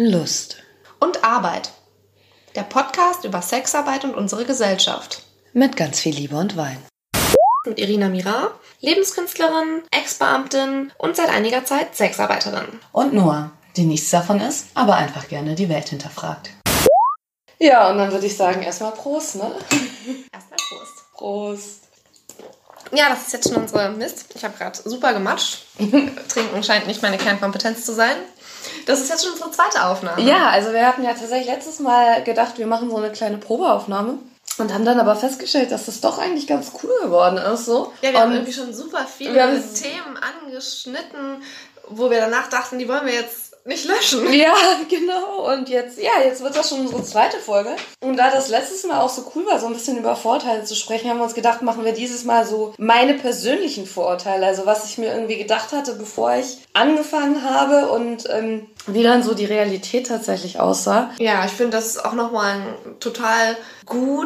Lust und Arbeit. Der Podcast über Sexarbeit und unsere Gesellschaft. Mit ganz viel Liebe und Wein. Mit Irina Mira, Lebenskünstlerin, Ex-Beamtin und seit einiger Zeit Sexarbeiterin. Und Noah, die nichts davon ist, aber einfach gerne die Welt hinterfragt. Ja, und dann würde ich sagen, erstmal Prost, ne? Erstmal Prost. Prost. Ja, das ist jetzt schon unsere Mist. Ich habe gerade super gematscht. Trinken scheint nicht meine Kernkompetenz zu sein. Das ist jetzt schon unsere zweite Aufnahme. Ja, also wir hatten ja tatsächlich letztes Mal gedacht, wir machen so eine kleine Probeaufnahme. Und haben dann aber festgestellt, dass das doch eigentlich ganz cool geworden ist. So. Ja, wir haben irgendwie schon super viele Themen angeschnitten, wo wir danach dachten, die wollen wir jetzt nicht löschen. Ja, genau. Und jetzt wird das schon unsere zweite Folge. Und da das letztes Mal auch so cool war, so ein bisschen über Vorurteile zu sprechen, haben wir uns gedacht, machen wir dieses Mal so meine persönlichen Vorurteile. Also was ich mir irgendwie gedacht hatte, bevor ich angefangen habe und wie dann so die Realität tatsächlich aussah. Ja, ich finde, das ist auch nochmal total gut,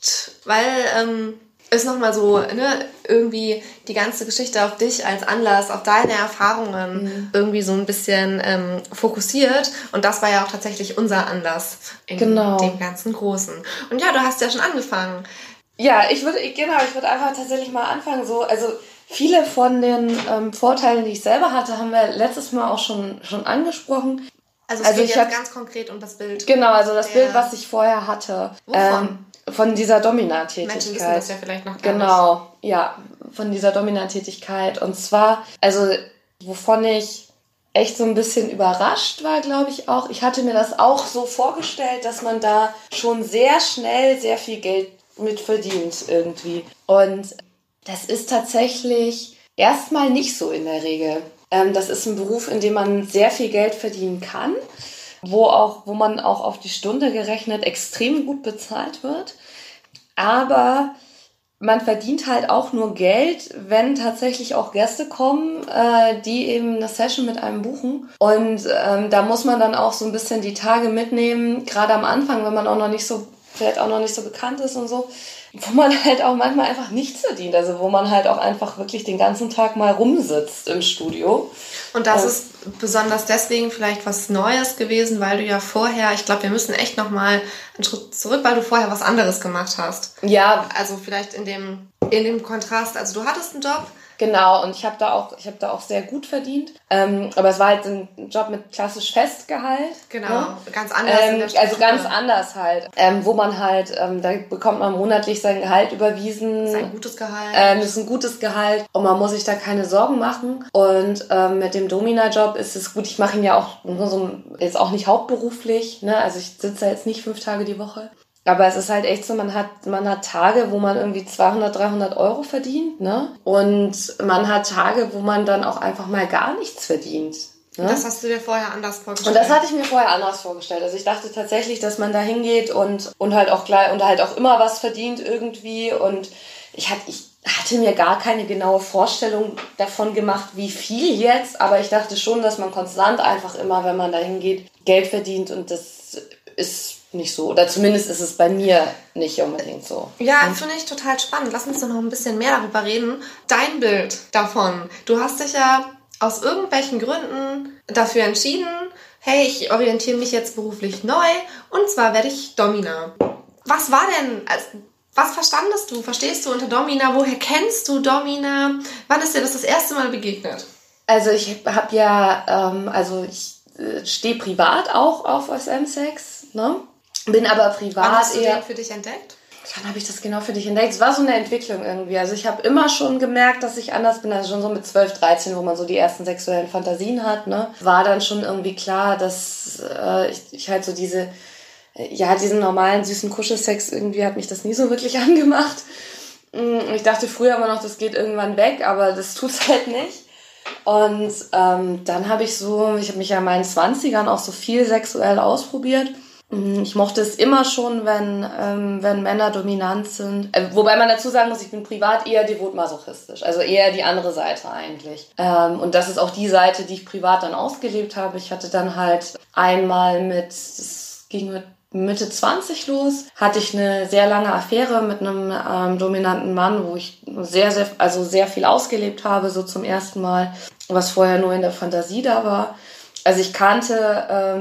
weil ist nochmal so, irgendwie die ganze Geschichte auf dich als Anlass, auf deine Erfahrungen irgendwie so ein bisschen fokussiert. Und das war ja auch tatsächlich unser Anlass in dem ganzen Großen. Und ja, du hast ja schon angefangen. Ja, ich würde einfach tatsächlich mal anfangen. So, also viele von den Vorteilen, die ich selber hatte, haben wir letztes Mal auch schon angesprochen. Also es geht jetzt ganz konkret um das Bild. Genau, also das Bild, was ich vorher hatte. Wovon? Von dieser Dominantätigkeit. Menschen wissen das ja vielleicht noch gar nicht. Genau, ja, von dieser Dominantätigkeit. Und zwar, also wovon ich echt so ein bisschen überrascht war, glaube ich auch. Ich hatte mir das auch so vorgestellt, dass man da schon sehr schnell sehr viel Geld mit verdient irgendwie. Und das ist tatsächlich erstmal nicht so in der Regel. Das ist ein Beruf, in dem man sehr viel Geld verdienen kann, wo man auch auf die Stunde gerechnet extrem gut bezahlt wird. Aber man verdient halt auch nur Geld, wenn tatsächlich auch Gäste kommen, die eben eine Session mit einem buchen. Und da muss man dann auch so ein bisschen die Tage mitnehmen, gerade am Anfang, wenn man vielleicht auch noch nicht so bekannt ist und so, wo man halt auch manchmal einfach nichts verdient. Also wo man halt auch einfach wirklich den ganzen Tag mal rumsitzt im Studio. Und das ist besonders deswegen vielleicht was Neues gewesen, weil du ja vorher, ich glaube, wir müssen echt nochmal einen Schritt zurück, weil du vorher was anderes gemacht hast. Ja. Also vielleicht in dem Kontrast. Also du hattest einen Job. Genau, und ich habe da auch sehr gut verdient. Aber es war halt ein Job mit klassisch Festgehalt. Genau, ne? Ganz anders. Also ganz anders halt. Wo man halt, da bekommt man monatlich sein Gehalt überwiesen. Das ist ein gutes Gehalt. Das ist ein gutes Gehalt und man muss sich da keine Sorgen machen. Und mit dem Domina-Job ist es gut, ich mache ihn ja auch jetzt auch nicht hauptberuflich. Ne? Also ich sitze da jetzt nicht 5 Tage die Woche. Aber es ist halt echt so, man hat Tage, wo man irgendwie 200, 300 Euro verdient, ne? Und man hat Tage, wo man dann auch einfach mal gar nichts verdient. Ne? Das hast du dir vorher anders vorgestellt. Und das hatte ich mir vorher anders vorgestellt. Also ich dachte tatsächlich, dass man da hingeht und halt auch immer was verdient irgendwie. Und ich hatte mir gar keine genaue Vorstellung davon gemacht, wie viel jetzt. Aber ich dachte schon, dass man konstant einfach immer, wenn man da hingeht, Geld verdient. Und das ist nicht so. Oder zumindest ist es bei mir nicht unbedingt so. Ja, finde ich total spannend. Lass uns doch noch ein bisschen mehr darüber reden. Dein Bild davon. Du hast dich ja aus irgendwelchen Gründen dafür entschieden, hey, ich orientiere mich jetzt beruflich neu und zwar werde ich Domina. Was war denn, was verstehst du unter Domina? Woher kennst du Domina? Wann ist dir das erste Mal begegnet? Also ich habe ja, ich stehe privat auch auf SM-Sex, ne? Bin aber privat Wann hast du den für dich entdeckt? Wann habe ich das genau für dich entdeckt? Es war so eine Entwicklung irgendwie. Also ich habe immer schon gemerkt, dass ich anders bin. Also schon so mit 12, 13, wo man so die ersten sexuellen Fantasien hat, ne? War dann schon irgendwie klar, dass ich halt so diesen normalen, süßen Kuschelsex, irgendwie hat mich das nie so wirklich angemacht. Ich dachte früher immer noch, das geht irgendwann weg, aber das tut's halt nicht. Und dann habe ich mich ja in meinen 20ern auch so viel sexuell ausprobiert. Ich mochte es immer schon, wenn Männer dominant sind. Wobei man dazu sagen muss, ich bin privat eher devot masochistisch. Also eher die andere Seite eigentlich. Und das ist auch die Seite, die ich privat dann ausgelebt habe. Ich hatte dann halt einmal das ging mit Mitte 20 los, hatte ich eine sehr lange Affäre mit einem dominanten Mann, wo ich sehr viel ausgelebt habe, so zum ersten Mal, was vorher nur in der Fantasie da war. Also ich kannte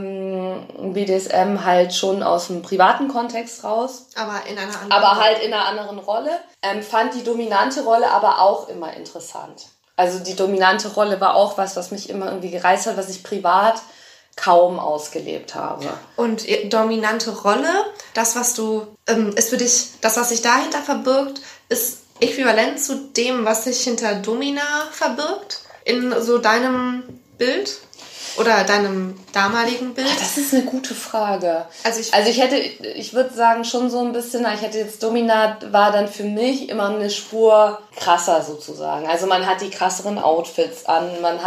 BDSM halt schon aus dem privaten Kontext raus. Aber in einer anderen Aber halt in einer anderen Rolle. Fand die dominante Rolle aber auch immer interessant. Also die dominante Rolle war auch was mich immer irgendwie gereizt hat, was ich privat kaum ausgelebt habe. Und dominante Rolle, das, was du, ist für dich, das, was sich dahinter verbirgt, ist äquivalent zu dem, was sich hinter Domina verbirgt? In so deinem Bild? Oder deinem damaligen Bild? Das ist eine gute Frage. Also ich würde sagen schon so ein bisschen, ich hätte jetzt Domina war dann für mich immer eine Spur krasser sozusagen. Also man hat die krasseren Outfits an, man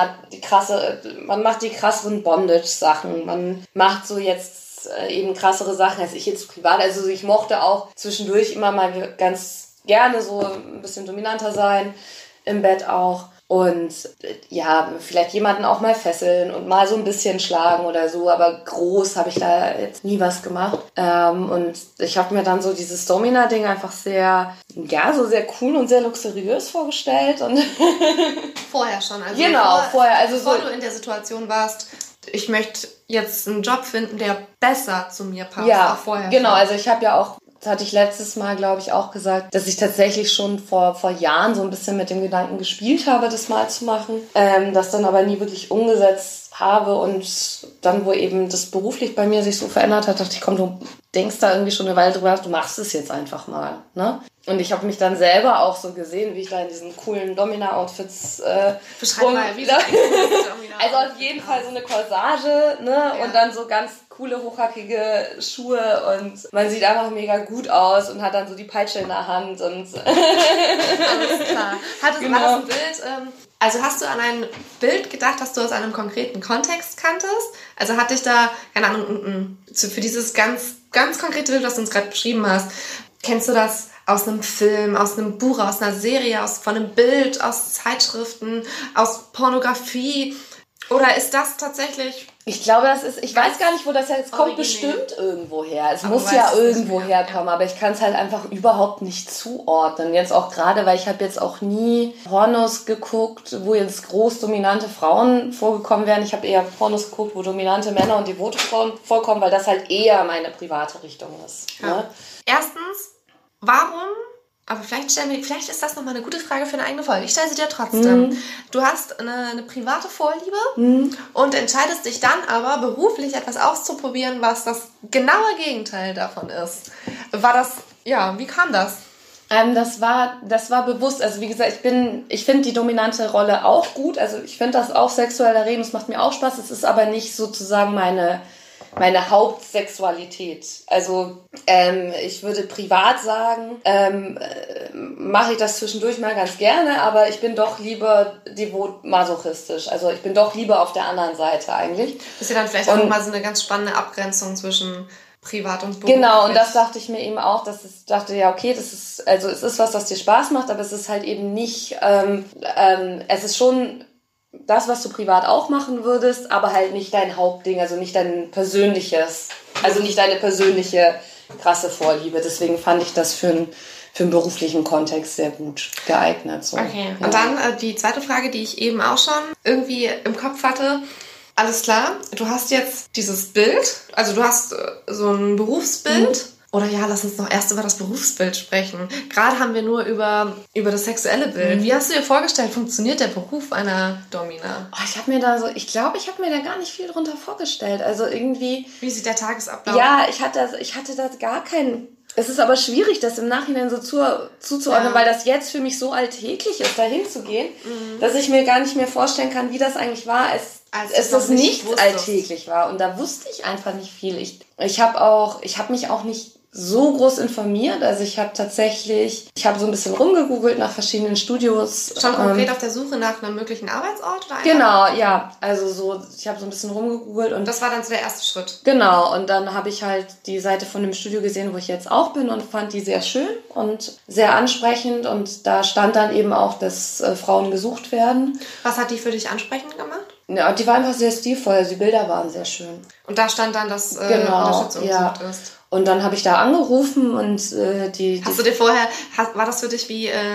macht die krasseren Bondage-Sachen, man macht so jetzt eben krassere Sachen als ich jetzt privat. Also ich mochte auch zwischendurch immer mal ganz gerne so ein bisschen dominanter sein, im Bett auch. Und ja, vielleicht jemanden auch mal fesseln und mal so ein bisschen schlagen oder so, aber groß habe ich da jetzt nie was gemacht. Und ich habe mir dann so dieses Domina-Ding einfach sehr cool und sehr luxuriös vorgestellt. Und vorher schon, also genau, vorher. Also bevor du in der Situation warst, ich möchte jetzt einen Job finden, der besser zu mir passt. Ja, auch vorher genau, schon. also ich habe ja auch, das hatte ich letztes Mal, glaube ich, auch gesagt, dass ich tatsächlich schon vor Jahren so ein bisschen mit dem Gedanken gespielt habe, das mal zu machen, das dann aber nie wirklich umgesetzt habe und dann, wo eben das beruflich bei mir sich so verändert hat, dachte ich, komm, du denkst da irgendwie schon eine Weile drüber nach, du machst es jetzt einfach mal, ne? Und ich habe mich dann selber auch so gesehen, wie ich da in diesen coolen Domina-Outfits beschreib mal, wie wieder. Domina Also auf jeden Fall so eine Corsage, ne? Ja. Und dann so ganz coole, hochhackige Schuhe und man sieht einfach mega gut aus und hat dann so die Peitsche in der Hand und alles klar. War das ein Bild, also hast du an ein Bild gedacht, das du aus einem konkreten Kontext kanntest? Also hat dich da, keine Ahnung, für dieses ganz, ganz konkrete Bild, was du uns gerade beschrieben hast, kennst du das aus einem Film, aus einem Buch, aus einer Serie, von einem Bild, aus Zeitschriften, aus Pornografie? Oder ist das tatsächlich... Ich glaube, das ist, ich weiß gar nicht, wo das jetzt kommt, bestimmt irgendwo her. Es muss ja irgendwo herkommen, aber ich kann es halt einfach überhaupt nicht zuordnen. Jetzt auch gerade, weil ich habe jetzt auch nie Pornos geguckt, wo jetzt groß dominante Frauen vorgekommen wären. Ich habe eher Pornos geguckt, wo dominante Männer und devote Frauen vorkommen, weil das halt eher meine private Richtung ist. Ja. Ne? Erstens, warum... Aber vielleicht ist das nochmal eine gute Frage für eine eigene Folge. Ich stelle sie dir trotzdem. Du hast eine private Vorliebe und entscheidest dich dann aber beruflich etwas auszuprobieren, was das genaue Gegenteil davon ist. War das, wie kam das? Das war bewusst. Also wie gesagt, ich finde die dominante Rolle auch gut. Also ich finde das auch sexuell erregend. Es macht mir auch Spaß. Es ist aber nicht sozusagen meine Hauptsexualität. Also ich würde privat sagen, mache ich das zwischendurch mal ganz gerne, aber ich bin doch lieber devot masochistisch. Also ich bin doch lieber auf der anderen Seite eigentlich. Das ist ja dann vielleicht auch nochmal so eine ganz spannende Abgrenzung zwischen privat und beruflich. Genau, und das dachte ich mir eben auch, okay, das ist, also es ist was dir Spaß macht, aber es ist halt eben nicht, es ist schon das, was du privat auch machen würdest, aber halt nicht dein Hauptding, also nicht dein persönliches, also nicht deine persönliche krasse Vorliebe. Deswegen fand ich das für einen beruflichen Kontext sehr gut geeignet. So. Okay, ja. Und dann die zweite Frage, die ich eben auch schon irgendwie im Kopf hatte. Alles klar, du hast jetzt dieses Bild, also du hast so ein Berufsbild. Oder lass uns noch erst über das Berufsbild sprechen. Gerade haben wir nur über das sexuelle Bild. Wie hast du dir vorgestellt, funktioniert der Beruf einer Domina? Ich glaube, ich habe mir da gar nicht viel drunter vorgestellt. Also irgendwie... Wie sieht der Tagesablauf? Ja, ich hatte da gar keinen... Es ist aber schwierig, das im Nachhinein so zuzuordnen, weil das jetzt für mich so alltäglich ist, da hinzugehen, dass ich mir gar nicht mehr vorstellen kann, wie das eigentlich war, als es das nicht alltäglich war. Und da wusste ich einfach nicht viel. Ich habe mich auch nicht so groß informiert. Also ich habe so ein bisschen rumgegoogelt nach verschiedenen Studios. Schon konkret auf der Suche nach einem möglichen Arbeitsort? Oder genau, ja. Also ich habe so ein bisschen rumgegoogelt. Und das war dann so der erste Schritt? Genau, und dann habe ich halt die Seite von dem Studio gesehen, wo ich jetzt auch bin und fand die sehr schön und sehr ansprechend. Und da stand dann eben auch, dass Frauen gesucht werden. Was hat die für dich ansprechend gemacht? Ja, die war einfach sehr stilvoll, also die Bilder waren sehr schön. Und da stand dann, dass Unterstützung gesucht ist. Und dann habe ich da angerufen und Hast du dir vorher, war das für dich wie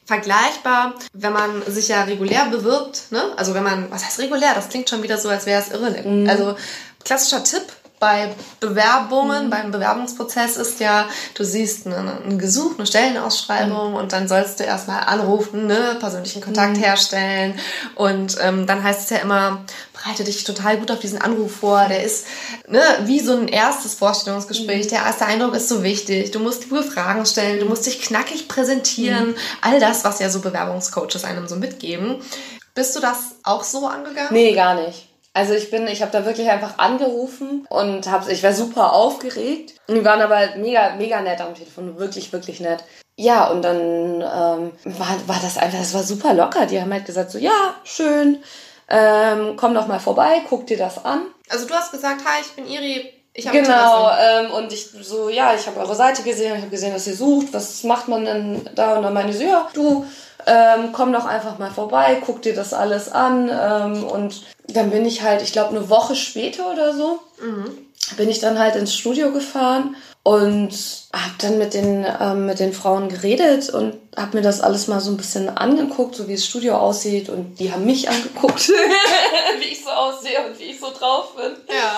vergleichbar, wenn man sich ja regulär bewirbt, ne? Also wenn man, was heißt regulär? Das klingt schon wieder so, als wäre es irre. Also klassischer Tipp bei Bewerbungen, beim Bewerbungsprozess ist ja, du siehst ein Gesuch, eine Stellenausschreibung und dann sollst du erstmal anrufen, ne, persönlichen Kontakt herstellen und dann heißt es ja immer, bereite dich total gut auf diesen Anruf vor, der ist wie so ein erstes Vorstellungsgespräch, der erste Eindruck ist so wichtig, du musst gute Fragen stellen, du musst dich knackig präsentieren, all das, was ja so Bewerbungscoaches einem so mitgeben. Bist du das auch so angegangen? Nee, gar nicht. Also ich habe da wirklich einfach angerufen und ich war super aufgeregt. Und die waren aber mega, mega nett am Telefon. Wirklich, wirklich nett. Ja, und dann war das einfach, das war super locker. Die haben halt gesagt so, ja, schön, komm doch mal vorbei, guck dir das an. Also du hast gesagt, hi, ich bin Iri, ich habe Genau, und ich so, ja, ich habe eure Seite gesehen, ich habe gesehen, was ihr sucht, was macht man denn da? Und dann meinte sie, ja, du, komm doch einfach mal vorbei, guck dir das alles an und dann bin ich halt, ich glaube eine Woche später oder so, bin ich dann halt ins Studio gefahren und habe dann mit den Frauen geredet und habe mir das alles mal so ein bisschen angeguckt, so wie das Studio aussieht und die haben mich angeguckt, wie ich so aussehe und wie ich so drauf bin.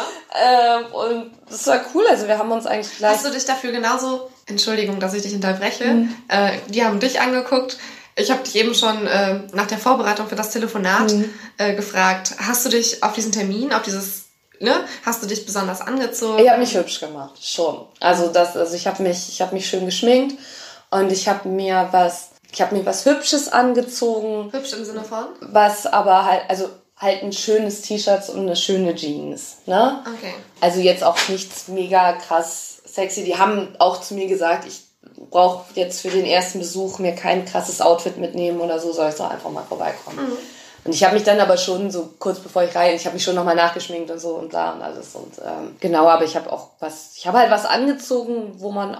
Ja. Und das war cool, also wir haben uns eigentlich gleich... Hast du dich dafür genauso, Entschuldigung, dass ich dich unterbreche, die haben dich angeguckt. Ich habe dich eben schon nach der Vorbereitung für das Telefonat gefragt, hast du dich auf diesen Termin, auf dieses, hast du dich besonders angezogen? Ich habe mich hübsch gemacht, schon. Also ich habe mich schön geschminkt und ich habe mir was Hübsches angezogen. Hübsch im Sinne von? Was aber halt, also halt ein schönes T-Shirt und eine schöne Jeans, ne? Okay. Also jetzt auch nichts mega krass sexy. Die haben auch zu mir gesagt, ich brauche jetzt für den ersten Besuch mir kein krasses Outfit mitnehmen oder so, soll ich doch einfach mal vorbeikommen. Und ich habe mich dann aber schon so kurz bevor ich ich habe mich schon nochmal nachgeschminkt und so und bla und alles und genau, aber ich habe halt was angezogen,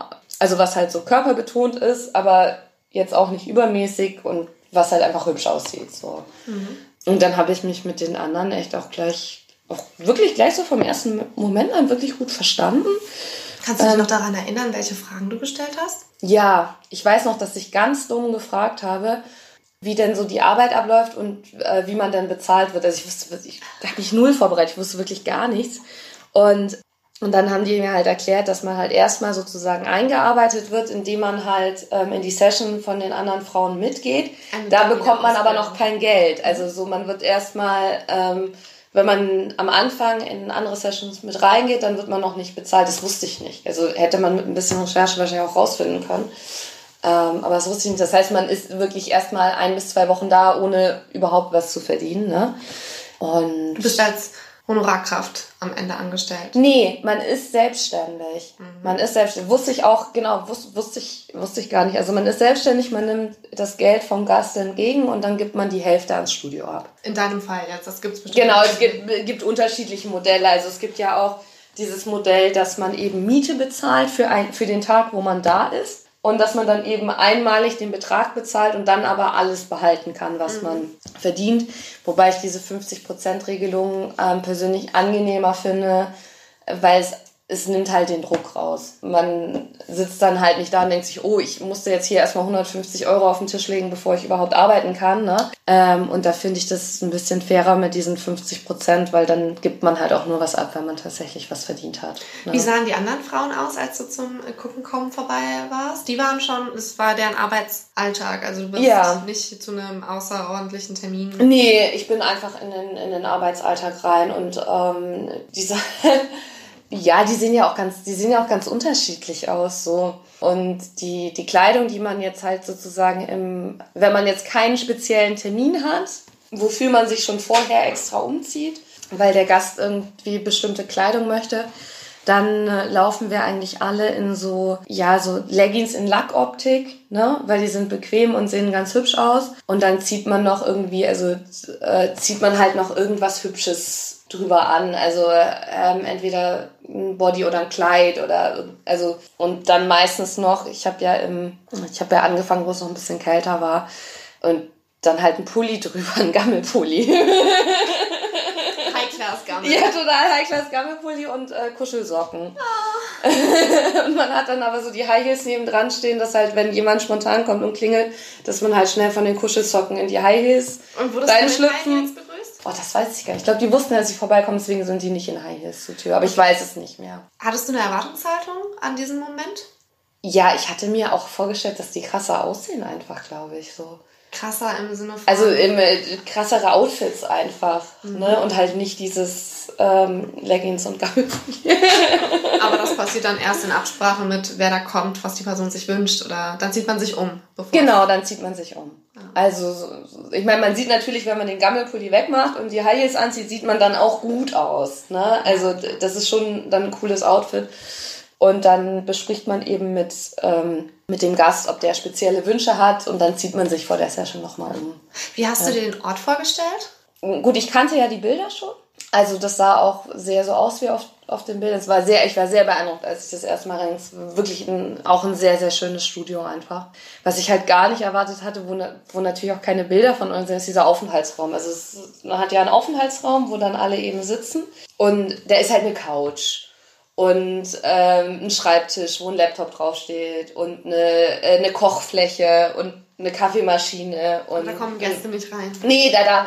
was halt so körperbetont ist, aber jetzt auch nicht übermäßig und was halt einfach hübsch aussieht, so. Und dann habe ich mich mit den anderen echt auch wirklich gleich so vom ersten Moment an wirklich gut verstanden. Kannst du dich noch daran erinnern, welche Fragen du gestellt hast? Ja, ich weiß noch, dass ich ganz dumm gefragt habe, wie denn so die Arbeit abläuft und wie man denn bezahlt wird. Also ich habe mich null vorbereitet, ich wusste wirklich gar nichts. Und dann haben die mir halt erklärt, dass man halt erstmal sozusagen eingearbeitet wird, indem man halt in die Session von den anderen Frauen mitgeht. Da bekommt man aber noch kein Geld. Also so, man wird erstmal... wenn man am Anfang in andere Sessions mit reingeht, dann wird man noch nicht bezahlt. Das wusste ich nicht. Also hätte man mit ein bisschen Recherche wahrscheinlich auch rausfinden können. Aber das wusste ich nicht. Das heißt, man ist wirklich erstmal 1 bis 2 Wochen da, ohne überhaupt was zu verdienen. Ne? Und du bist als Honorarkraft am Ende angestellt? Nee, man ist selbstständig. Man ist selbstständig. Wusste ich auch, genau, wusste ich gar nicht. Also man ist selbstständig, man nimmt das Geld vom Gast entgegen und dann gibt man die Hälfte ans Studio ab. In deinem Fall jetzt, das gibt's bestimmt. Genau, es gibt unterschiedliche Modelle. Also es gibt ja auch dieses Modell, dass man eben Miete bezahlt für den Tag, wo man da ist. Und dass man dann eben einmalig den Betrag bezahlt und dann aber alles behalten kann, was man verdient. Wobei ich diese 50%-Regelung persönlich angenehmer finde, weil es nimmt halt den Druck raus. Man sitzt dann halt nicht da und denkt sich, oh, ich musste jetzt hier erstmal 150 € auf den Tisch legen, bevor ich überhaupt arbeiten kann. Ne? Und da finde ich das ein bisschen fairer mit diesen 50%, weil dann gibt man halt auch nur was ab, wenn man tatsächlich was verdient hat. Ne? Wie sahen die anderen Frauen aus, als du zum Gucken-Kommen vorbei warst? Die waren schon, es war deren Arbeitsalltag, also du bist nicht zu einem außerordentlichen Termin. Nee, ich bin einfach in den Arbeitsalltag rein und dieser... Ja, die sehen ja auch ganz unterschiedlich aus, so. Und die Kleidung, die man jetzt halt sozusagen wenn man jetzt keinen speziellen Termin hat, wofür man sich schon vorher extra umzieht, weil der Gast irgendwie bestimmte Kleidung möchte, dann laufen wir eigentlich alle in so Leggings in Lackoptik, ne, weil die sind bequem und sehen ganz hübsch aus. Und dann zieht man noch irgendwie, zieht man halt noch irgendwas Hübsches drüber an, also entweder ein Body oder ein Kleid und dann meistens noch, ich habe ja angefangen, wo es noch ein bisschen kälter war und dann halt ein Pulli drüber, ein Gammelpulli. High-Class-Gammel. Ja, total High-Class-Gammelpulli und Kuschelsocken. Und man hat dann aber so die High Heels nebendran stehen, dass halt, wenn jemand spontan kommt und klingelt, dass man halt schnell von den Kuschelsocken in die High Heels reinschlüpfen. Oh, das weiß ich gar nicht. Ich glaube, die wussten, dass ich vorbeikomme, deswegen sind die nicht in High Heels zur Tür. Aber ich weiß es nicht mehr. Hattest du eine Erwartungshaltung an diesen Moment? Ja, ich hatte mir auch vorgestellt, dass die krasser aussehen einfach, glaube ich, so. Krasser im Sinne von... Also krassere Outfits einfach, ne? Und halt nicht dieses Leggings und Gammelpulli. Aber das passiert dann erst in Absprache mit, wer da kommt, was die Person sich wünscht, oder dann zieht man sich um. Genau, dann zieht man sich um. Ja. Also, ich meine, man sieht natürlich, wenn man den Gammelpulli wegmacht und die High Heels anzieht, sieht man dann auch gut aus, ne? Also, das ist schon dann ein cooles Outfit. Und dann bespricht man eben mit dem Gast, ob der spezielle Wünsche hat. Und dann zieht man sich vor der Session nochmal um. Wie hast du dir den Ort vorgestellt? Gut, ich kannte ja die Bilder schon. Also das sah auch sehr so aus wie auf den Bildern. Ich war sehr beeindruckt, als ich das erste Mal rein. Es war wirklich auch ein sehr, sehr schönes Studio einfach. Was ich halt gar nicht erwartet hatte, wo natürlich auch keine Bilder von uns sind, ist dieser Aufenthaltsraum. Also man hat ja einen Aufenthaltsraum, wo dann alle eben sitzen. Und der ist halt eine Couch. Und ein Schreibtisch, wo ein Laptop draufsteht und eine Kochfläche und eine Kaffeemaschine. Und da kommen Gäste nicht rein? Nee,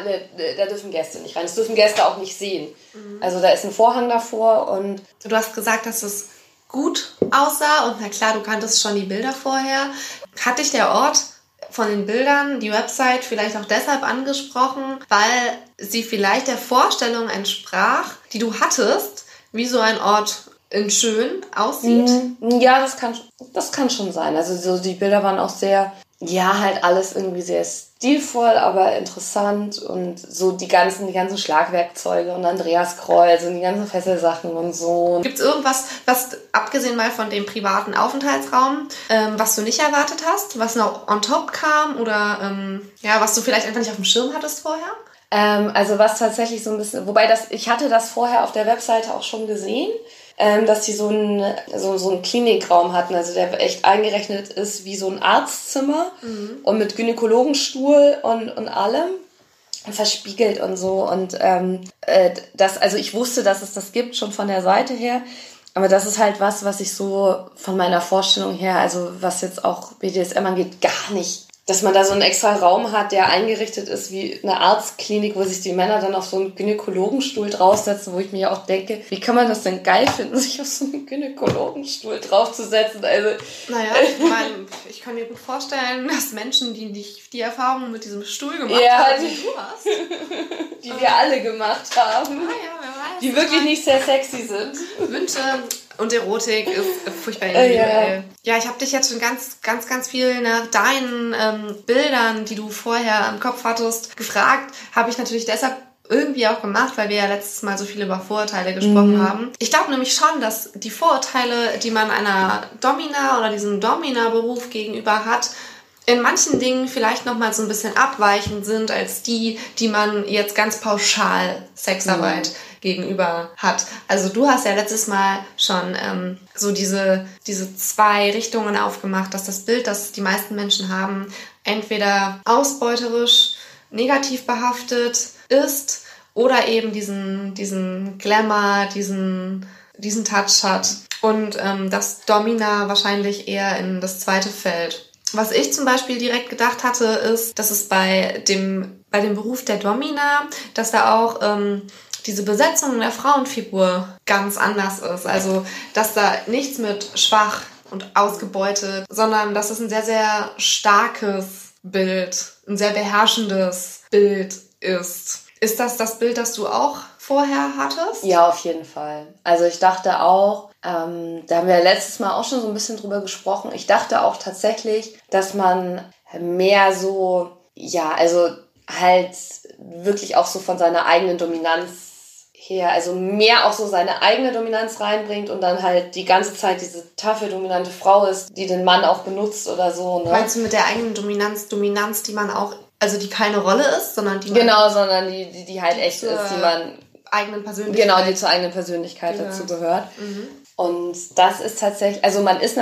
da dürfen Gäste nicht rein. Das dürfen Gäste auch nicht sehen. Mhm. Also da ist ein Vorhang davor und... Du hast gesagt, dass es gut aussah und na klar, du kanntest schon die Bilder vorher. Hat dich der Ort von den Bildern, die Website vielleicht auch deshalb angesprochen, weil sie vielleicht der Vorstellung entsprach, die du hattest, wie so ein Ort in schön aussieht? Ja, das kann schon sein. Also so die Bilder waren auch sehr, ja, halt alles irgendwie sehr stilvoll, aber interessant und so die ganzen Schlagwerkzeuge und Andreas Kreuz und die ganzen Fesselsachen und so. Gibt es irgendwas, was abgesehen mal von dem privaten Aufenthaltsraum, was du nicht erwartet hast, was noch on top kam oder was du vielleicht einfach nicht auf dem Schirm hattest vorher? Also was tatsächlich so ein bisschen, wobei ich hatte das vorher auf der Webseite auch schon gesehen, dass die so einen Klinikraum hatten, also der echt eingerechnet ist wie so ein Arztzimmer und mit Gynäkologenstuhl und allem verspiegelt und so und also ich wusste, dass es das gibt, schon von der Seite her, aber das ist halt was ich so von meiner Vorstellung her, also was jetzt auch BDSM angeht, gar nicht, dass man da so einen extra Raum hat, der eingerichtet ist wie eine Arztklinik, wo sich die Männer dann auf so einen Gynäkologenstuhl draufsetzen, wo ich mir auch denke, wie kann man das denn geil finden, sich auf so einen Gynäkologenstuhl draufzusetzen? Also, naja, ich meine, ich kann mir gut vorstellen, dass Menschen, die nicht die Erfahrung mit diesem Stuhl gemacht haben, die du hast, die wir alle gemacht haben, wer weiß, die wirklich nicht sehr sexy sind. Wünsche und Erotik ist furchtbar individuell. Ja, ich habe dich jetzt schon ganz viel nach deinen Bildern, die du vorher im Kopf hattest, gefragt. Habe ich natürlich deshalb irgendwie auch gemacht, weil wir ja letztes Mal so viel über Vorurteile gesprochen haben. Ich glaube nämlich schon, dass die Vorurteile, die man einer Domina oder diesem Domina-Beruf gegenüber hat, in manchen Dingen vielleicht nochmal so ein bisschen abweichend sind als die man jetzt ganz pauschal Sexarbeit gegenüber hat. Also du hast ja letztes Mal schon so diese zwei Richtungen aufgemacht, dass das Bild, das die meisten Menschen haben, entweder ausbeuterisch, negativ behaftet ist oder eben diesen Glamour, diesen Touch hat. Und dass Domina wahrscheinlich eher in das zweite fällt. Was ich zum Beispiel direkt gedacht hatte, ist, dass es bei dem Beruf der Domina, dass da auch diese Besetzung der Frauenfigur ganz anders ist. Also, dass da nichts mit schwach und ausgebeutet, sondern dass es ein sehr, sehr starkes Bild, ein sehr beherrschendes Bild ist. Ist das Bild, das du auch vorher hattest? Ja, auf jeden Fall. Also ich dachte auch, da haben wir letztes Mal auch schon so ein bisschen drüber gesprochen, ich dachte auch tatsächlich, dass man mehr so, also halt wirklich auch so von seiner eigenen Dominanz her, also mehr auch so seine eigene Dominanz reinbringt und dann halt die ganze Zeit diese taffe, dominante Frau ist, die den Mann auch benutzt oder so. Ne? Meinst du mit der eigenen Dominanz, die man auch, also die keine Rolle ist, sondern die man... Genau, sondern die halt echt ist, die man... eigenen Persönlichkeit. Genau, die zur eigenen Persönlichkeit dazu gehört. Und das ist tatsächlich, also man ist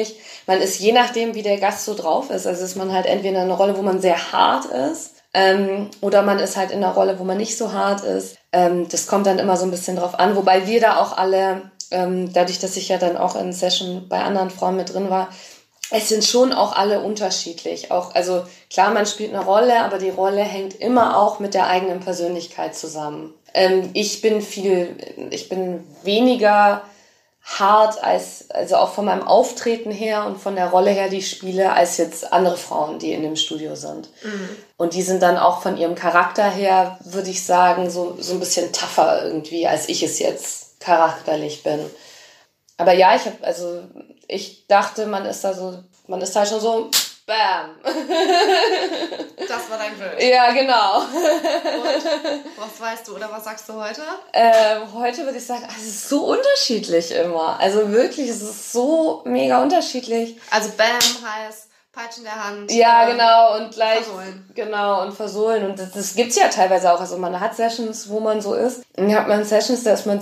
je nachdem, wie der Gast so drauf ist, also ist man halt entweder in einer Rolle, wo man sehr hart ist, oder man ist halt in einer Rolle, wo man nicht so hart ist. Das kommt dann immer so ein bisschen drauf an, wobei wir da auch alle dadurch, dass ich ja dann auch in Session bei anderen Frauen mit drin war, es sind schon auch alle unterschiedlich. Auch, also klar, man spielt eine Rolle, aber die Rolle hängt immer auch mit der eigenen Persönlichkeit zusammen. Ich bin weniger hart also auch von meinem Auftreten her und von der Rolle her, die ich spiele, als jetzt andere Frauen, die in dem Studio sind. Mhm. Und die sind dann auch von ihrem Charakter her, würde ich sagen, so ein bisschen tougher irgendwie, als ich es jetzt charakterlich bin. Aber ja, ich dachte, man ist da schon so, bam. Das war dein Bild. Ja, genau. Und was weißt du oder was sagst du heute? Heute würde ich sagen, es ist so unterschiedlich immer. Also wirklich, es ist so mega unterschiedlich. Also bam heißt Peitsch in der Hand. Ja, genau. Und gleich. Versohlen. Genau, und versohlen. Und das gibt's ja teilweise auch. Also man hat Sessions, wo man so ist. Und dann hat man Sessions, da ist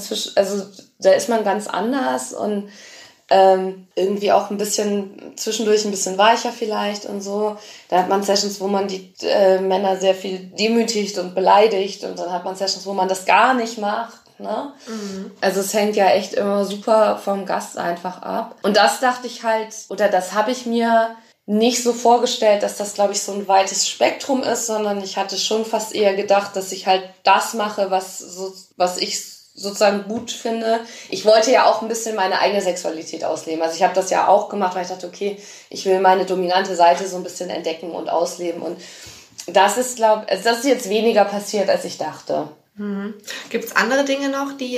man ganz anders und irgendwie auch ein bisschen zwischendurch ein bisschen weicher vielleicht und so. Da hat man Sessions, wo man die Männer sehr viel demütigt und beleidigt und dann hat man Sessions, wo man das gar nicht macht. Ne? Mhm. Also es hängt ja echt immer super vom Gast einfach ab. Und das dachte ich halt, oder das habe ich mir nicht so vorgestellt, dass das, glaube ich, so ein weites Spektrum ist, sondern ich hatte schon fast eher gedacht, dass ich halt das mache, was ich sozusagen gut finde. Ich wollte ja auch ein bisschen meine eigene Sexualität ausleben. Also ich habe das ja auch gemacht, weil ich dachte, okay, ich will meine dominante Seite so ein bisschen entdecken und ausleben. Und das ist, das ist jetzt weniger passiert, als ich dachte. Mhm. Gibt es andere Dinge noch, die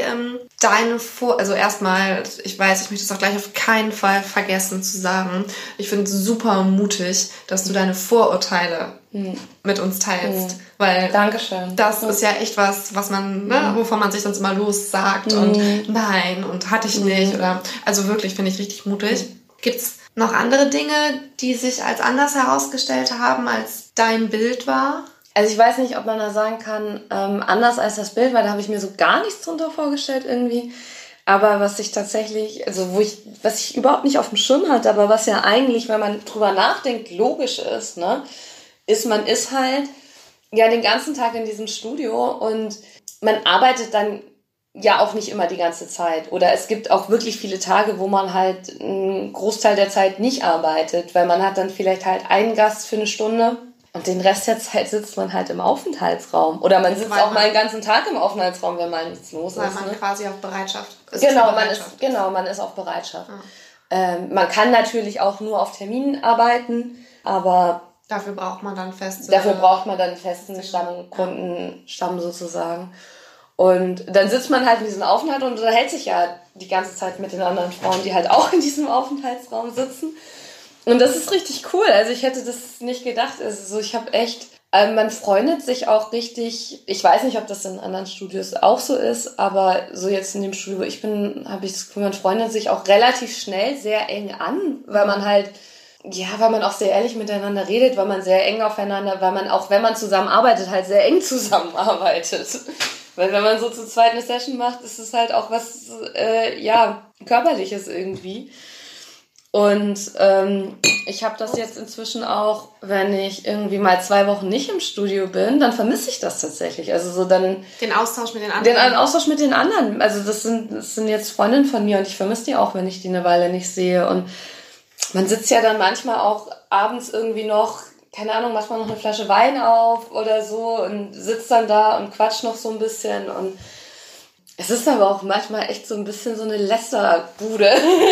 also erstmal, ich weiß, ich möchte es auch gleich auf keinen Fall vergessen zu sagen, ich finde es super mutig, dass du deine Vorurteile mit uns teilst, weil Dankeschön. Das ist ja echt was man, wovon man sich sonst immer lossagt und nein und hatte ich nicht oder, also wirklich finde ich richtig mutig. Gibt's noch andere Dinge, die sich als anders herausgestellt haben, als dein Bild war? Also ich weiß nicht, ob man da sagen kann, anders als das Bild, weil da habe ich mir so gar nichts drunter vorgestellt irgendwie. Aber was ich tatsächlich, was ich überhaupt nicht auf dem Schirm hatte, aber was ja eigentlich, wenn man drüber nachdenkt, logisch ist, ne, man ist halt ja den ganzen Tag in diesem Studio und man arbeitet dann ja auch nicht immer die ganze Zeit. Oder es gibt auch wirklich viele Tage, wo man halt einen Großteil der Zeit nicht arbeitet, weil man hat dann vielleicht halt einen Gast für eine Stunde. Und den Rest der Zeit sitzt man halt im Aufenthaltsraum. Oder man sitzt auch mal den ganzen Tag im Aufenthaltsraum, wenn mal nichts los ist. Weil man quasi auf Bereitschaft ist. Man ist auf Bereitschaft. Ja. Man kann natürlich auch nur auf Terminen arbeiten, aber dafür braucht man dann festen Kundenstamm sozusagen. Und dann sitzt man halt in diesem Aufenthalt und unterhält sich ja die ganze Zeit mit den anderen Frauen, die halt auch in diesem Aufenthaltsraum sitzen. Und das ist richtig cool. Also ich hätte das nicht gedacht. Also ich habe echt, man freundet sich auch richtig. Ich weiß nicht, ob das in anderen Studios auch so ist, aber so jetzt in dem Studio, wo ich bin, habe ich das Gefühl, man freundet sich auch relativ schnell sehr eng an, weil man halt, weil man auch sehr ehrlich miteinander redet, weil man sehr eng aufeinander, weil man auch, wenn man zusammenarbeitet, halt sehr eng zusammenarbeitet. Weil wenn man so zu zweit eine Session macht, ist es halt auch was, Körperliches irgendwie. Und ich habe das jetzt inzwischen auch, wenn ich irgendwie mal 2 Wochen nicht im Studio bin, dann vermisse ich das tatsächlich. Also so dann den Austausch mit den anderen. Den Austausch mit den anderen. Also das sind jetzt Freundinnen von mir und ich vermisse die auch, wenn ich die eine Weile nicht sehe. Und man sitzt ja dann manchmal auch abends irgendwie noch, keine Ahnung, macht man noch eine Flasche Wein auf oder so und sitzt dann da und quatscht noch so ein bisschen. Und es ist aber auch manchmal echt so ein bisschen so eine Lästerbude.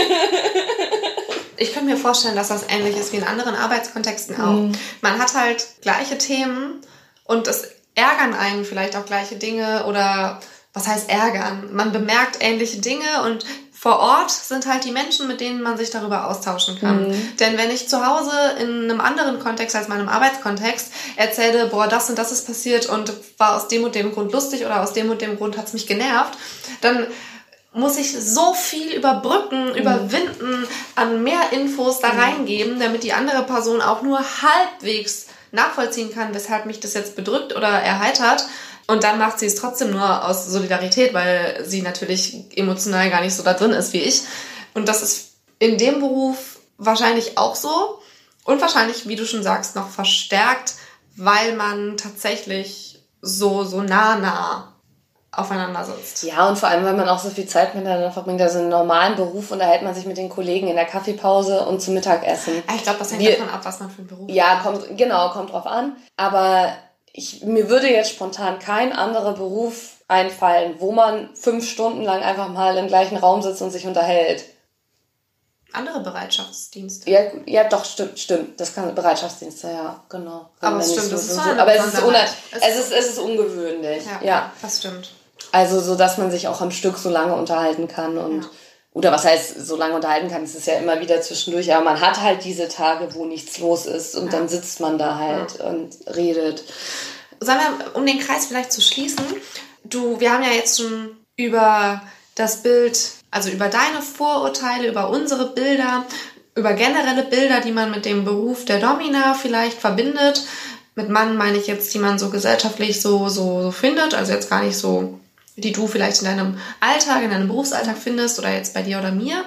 Ich könnte mir vorstellen, dass das ähnlich ist wie in anderen Arbeitskontexten auch. Man hat halt gleiche Themen und es ärgern einen vielleicht auch gleiche Dinge oder was heißt ärgern? Man bemerkt ähnliche Dinge und vor Ort sind halt die Menschen, mit denen man sich darüber austauschen kann. Denn wenn ich zu Hause in einem anderen Kontext als meinem Arbeitskontext erzähle, das und das ist passiert und war aus dem und dem Grund lustig oder aus dem und dem Grund hat es mich genervt, dann muss ich so viel überbrücken, überwinden, an mehr Infos da reingeben, damit die andere Person auch nur halbwegs nachvollziehen kann, weshalb mich das jetzt bedrückt oder erheitert. Und dann macht sie es trotzdem nur aus Solidarität, weil sie natürlich emotional gar nicht so da drin ist wie ich. Und das ist in dem Beruf wahrscheinlich auch so und wahrscheinlich, wie du schon sagst, noch verstärkt, weil man tatsächlich so nah aufeinander sitzt. Ja, und vor allem, weil man auch so viel Zeit miteinander verbringt. Also im normalen Beruf unterhält man sich mit den Kollegen in der Kaffeepause und zum Mittagessen. Ich glaube, das hängt davon ab, was man für einen Beruf hat. Ja, kommt drauf an. Aber mir würde jetzt spontan kein anderer Beruf einfallen, wo man 5 Stunden lang einfach mal im gleichen Raum sitzt und sich unterhält. Andere Bereitschaftsdienste. Ja, doch, stimmt. Das kann Bereitschaftsdienste, ja, genau. Aber es stimmt, das ist so. Aber es ist ungewöhnlich. Ja, das stimmt. Also so, dass man sich auch am Stück so lange unterhalten kann und oder was heißt so lange unterhalten kann, es ist ja immer wieder zwischendurch, aber man hat halt diese Tage, wo nichts los ist und dann sitzt man da halt und redet. Sagen wir, um den Kreis vielleicht zu schließen, wir haben ja jetzt schon über das Bild, also über deine Vorurteile, über unsere Bilder, über generelle Bilder, die man mit dem Beruf der Domina vielleicht verbindet. Mit Mann meine ich jetzt, die man so gesellschaftlich so findet, also jetzt gar nicht so, die du vielleicht in deinem Alltag, in deinem Berufsalltag findest oder jetzt bei dir oder mir.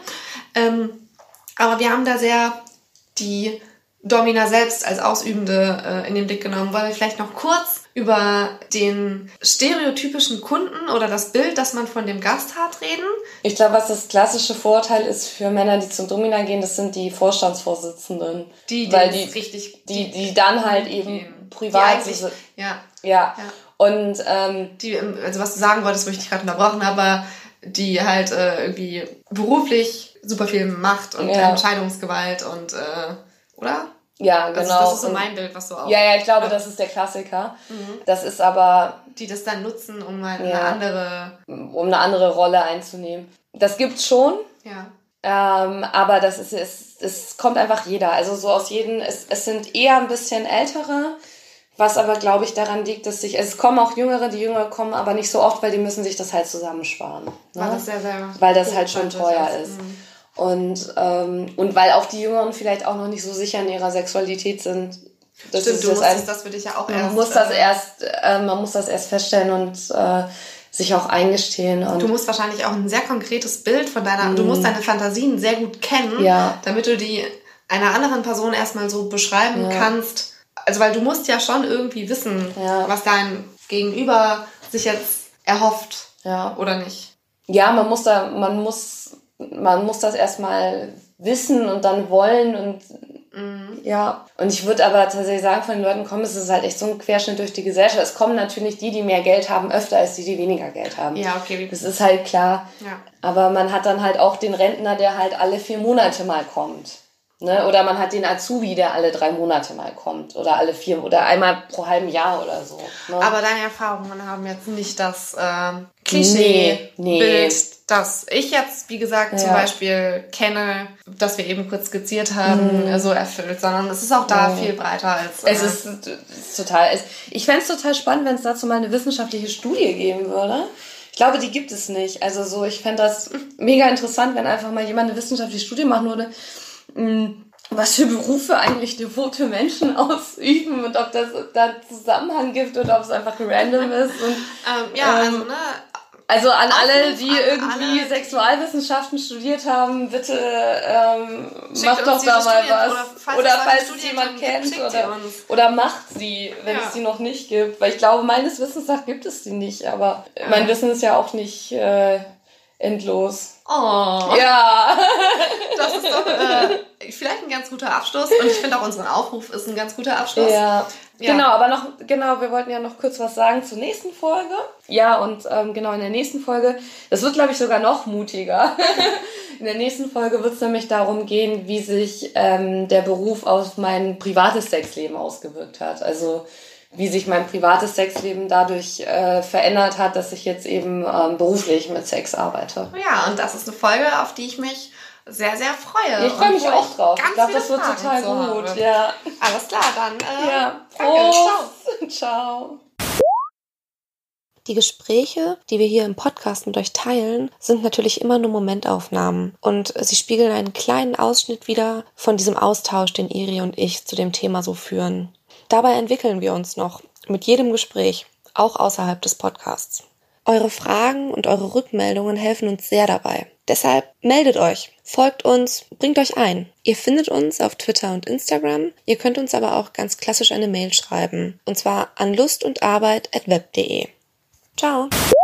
Aber wir haben da sehr die Domina selbst als Ausübende in den Blick genommen. Wollen wir vielleicht noch kurz über den stereotypischen Kunden oder das Bild, das man von dem Gast hat, reden? Ich glaube, was das klassische Vorurteil ist für Männer, die zum Domina gehen, das sind die Vorstandsvorsitzenden. Die dann halt eben privat sind. Ja. Und also was du sagen wolltest, wo ich dich gerade unterbrochen habe, aber die halt irgendwie beruflich super viel Macht und Entscheidungsgewalt und oder? Ja, genau. Also das ist so mein Bild, was so auch. Ja, ich glaube, das ist der Klassiker. Das ist aber... Die das dann nutzen, um mal eine andere Rolle einzunehmen. Das gibt's schon. Ja. Aber es kommt einfach jeder. Also so aus jedem, es sind eher ein bisschen ältere, was aber, glaube ich, daran liegt, dass es kommen auch Jüngere, die Jüngere kommen aber nicht so oft, weil die müssen sich das halt zusammensparen. Ne? Weil das halt schon teuer ist. Und weil auch die Jüngeren vielleicht auch noch nicht so sicher in ihrer Sexualität sind. Stimmt, du musstest das für dich ja auch erst... Man muss das erst feststellen und sich auch eingestehen. Und du musst wahrscheinlich auch ein sehr konkretes Bild von du musst deine Fantasien sehr gut kennen, damit du die einer anderen Person erstmal so beschreiben kannst. Also, weil du musst ja schon irgendwie wissen, was dein Gegenüber sich jetzt erhofft oder nicht. Ja, man muss das erstmal wissen und dann wollen und und ich würde aber tatsächlich sagen, von den Leuten kommen, es ist halt echt so ein Querschnitt durch die Gesellschaft. Es kommen natürlich die mehr Geld haben, öfter als die weniger Geld haben. Ja, okay. Das ist halt klar. Ja. Aber man hat dann halt auch den Rentner, der halt alle 4 Monate mal kommt. Ne? Oder man hat den Azubi, der alle 3 Monate mal kommt. Oder alle 4 oder einmal pro halben Jahr oder so. Ne? Aber deine Erfahrungen haben jetzt nicht das Klischee-Bild, das ich jetzt, wie gesagt, zum Beispiel kenne, das wir eben kurz skizziert haben, so erfüllt, sondern es ist auch da viel breiter als... Es ist total... Ich fände es total spannend, wenn es dazu mal eine wissenschaftliche Studie geben würde. Ich glaube, die gibt es nicht. Also so, ich fände das mega interessant, wenn einfach mal jemand eine wissenschaftliche Studie machen würde, was für Berufe eigentlich devote Menschen ausüben und ob das da einen Zusammenhang gibt oder ob es einfach random ist. Und, also an alle, die irgendwie Sexualwissenschaften studiert haben, bitte macht doch da mal was. Oder falls es jemand kennt oder macht sie, wenn es die noch nicht gibt. Weil ich glaube, meines Wissens nach gibt es die nicht, aber mein Wissen ist ja auch nicht endlos. Oh. Ja. Das ist doch vielleicht ein ganz guter Abschluss. Und ich finde auch, unseren Aufruf ist ein ganz guter Abschluss. Ja. Genau, aber wir wollten ja noch kurz was sagen zur nächsten Folge. Ja, und genau, in der nächsten Folge, das wird, glaube ich, sogar noch mutiger. In der nächsten Folge wird es nämlich darum gehen, wie sich der Beruf auf mein privates Sexleben ausgewirkt hat. Also wie sich mein privates Sexleben dadurch verändert hat, dass ich jetzt eben beruflich mit Sex arbeite. Ja, und das ist eine Folge, auf die ich mich sehr, sehr freue. Ich freue mich auch drauf. Ich glaube, das wird total gut. Ja. Alles klar, dann danke. Ciao. Die Gespräche, die wir hier im Podcast mit euch teilen, sind natürlich immer nur Momentaufnahmen und sie spiegeln einen kleinen Ausschnitt wider von diesem Austausch, den Iri und ich zu dem Thema so führen. Dabei entwickeln wir uns noch mit jedem Gespräch, auch außerhalb des Podcasts. Eure Fragen und eure Rückmeldungen helfen uns sehr dabei. Deshalb meldet euch, folgt uns, bringt euch ein. Ihr findet uns auf Twitter und Instagram. Ihr könnt uns aber auch ganz klassisch eine Mail schreiben. Und zwar an lustundarbeit@web.de. Ciao!